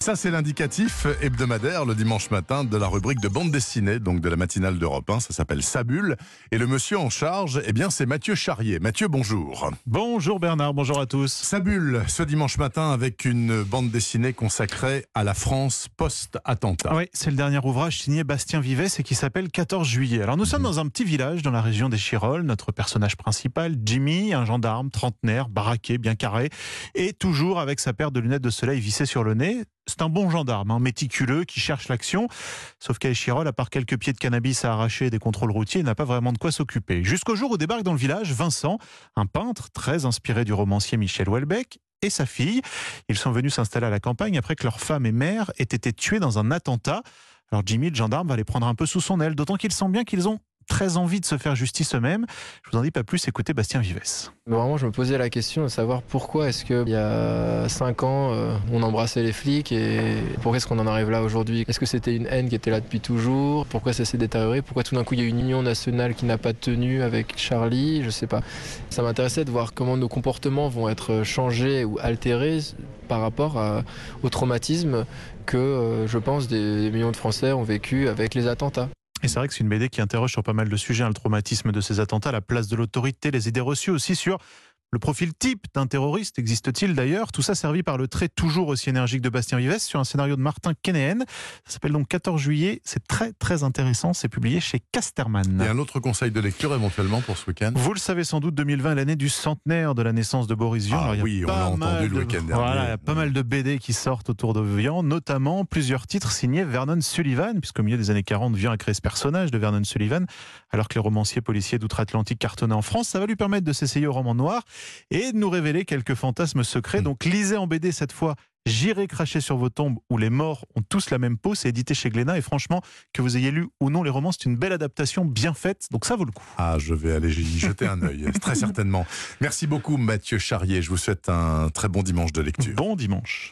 Ça, c'est l'indicatif hebdomadaire le dimanche matin de la rubrique de bande dessinée, donc de la matinale d'Europe 1. Ça s'appelle Sabule. Et le monsieur en charge, c'est Mathieu Charrier. Mathieu, bonjour. Bonjour Bernard, bonjour à tous. Sabule, ce dimanche matin avec une bande dessinée consacrée à la France post-attentat. Oui, c'est le dernier ouvrage signé Bastien Vivès et qui s'appelle 14 juillet. Alors nous sommes dans un petit village dans la région des Chirolles. Notre personnage principal, Jimmy, un gendarme trentenaire, baraqué, bien carré, et toujours avec sa paire de lunettes de soleil vissée sur le nez. C'est un bon gendarme, méticuleux, qui cherche l'action. Sauf qu'à Échirolles, à part quelques pieds de cannabis à arracher et des contrôles routiers, il n'a pas vraiment de quoi s'occuper. Jusqu'au jour où débarque dans le village Vincent, un peintre très inspiré du romancier Michel Houellebecq, et sa fille. Ils sont venus s'installer à la campagne après que leur femme et mère aient été tuées dans un attentat. Alors Jimmy, le gendarme, va les prendre un peu sous son aile, d'autant qu'il sent bien qu'ils ont très envie de se faire justice eux-mêmes. Je vous en dis pas plus, écoutez Bastien Vivès. Vraiment, je me posais la question de savoir pourquoi est-ce qu'il y a 5 ans, on embrassait les flics et pourquoi est-ce qu'on en arrive là aujourd'hui? Est-ce que c'était une haine qui était là depuis toujours? Pourquoi ça s'est détérioré? Pourquoi tout d'un coup il y a une union nationale qui n'a pas tenu avec Charlie? Je sais pas. Ça m'intéressait de voir comment nos comportements vont être changés ou altérés par rapport au traumatisme que, je pense, des millions de Français ont vécu avec les attentats. Et c'est vrai que c'est une BD qui interroge sur pas mal de sujets, le traumatisme de ces attentats, la place de l'autorité, les idées reçues aussi sur le profil type d'un terroriste. Existe-t-il d'ailleurs? Tout ça servi par le trait toujours aussi énergique de Bastien Vivès sur un scénario de Martin Kénéen. Ça s'appelle donc 14 juillet. C'est très très intéressant. C'est publié chez Casterman. Et un autre conseil de lecture éventuellement pour ce week-end? Vous le savez sans doute, 2020 est l'année du centenaire de la naissance de Boris Vian. Ah oui, on l'a entendu le week-end dernier. Voilà, il y a pas mal de BD qui sortent autour de Vian, notamment plusieurs titres signés Vernon Sullivan, puisqu'au milieu des années 40, Vian a créé ce personnage de Vernon Sullivan, alors que les romanciers policiers d'outre-Atlantique cartonnaient en France. Ça va lui permettre de s'essayer au roman noir et de nous révéler quelques fantasmes secrets. Donc lisez en BD cette fois J'irai cracher sur vos tombes où les morts ont tous la même peau. C'est édité chez Glénat et franchement, que vous ayez lu ou non les romans, c'est une belle adaptation bien faite, donc ça vaut le coup. Ah, je vais aller y jeter un œil, très certainement. Merci beaucoup Mathieu Charrier, je vous souhaite un très bon dimanche de lecture. Bon dimanche.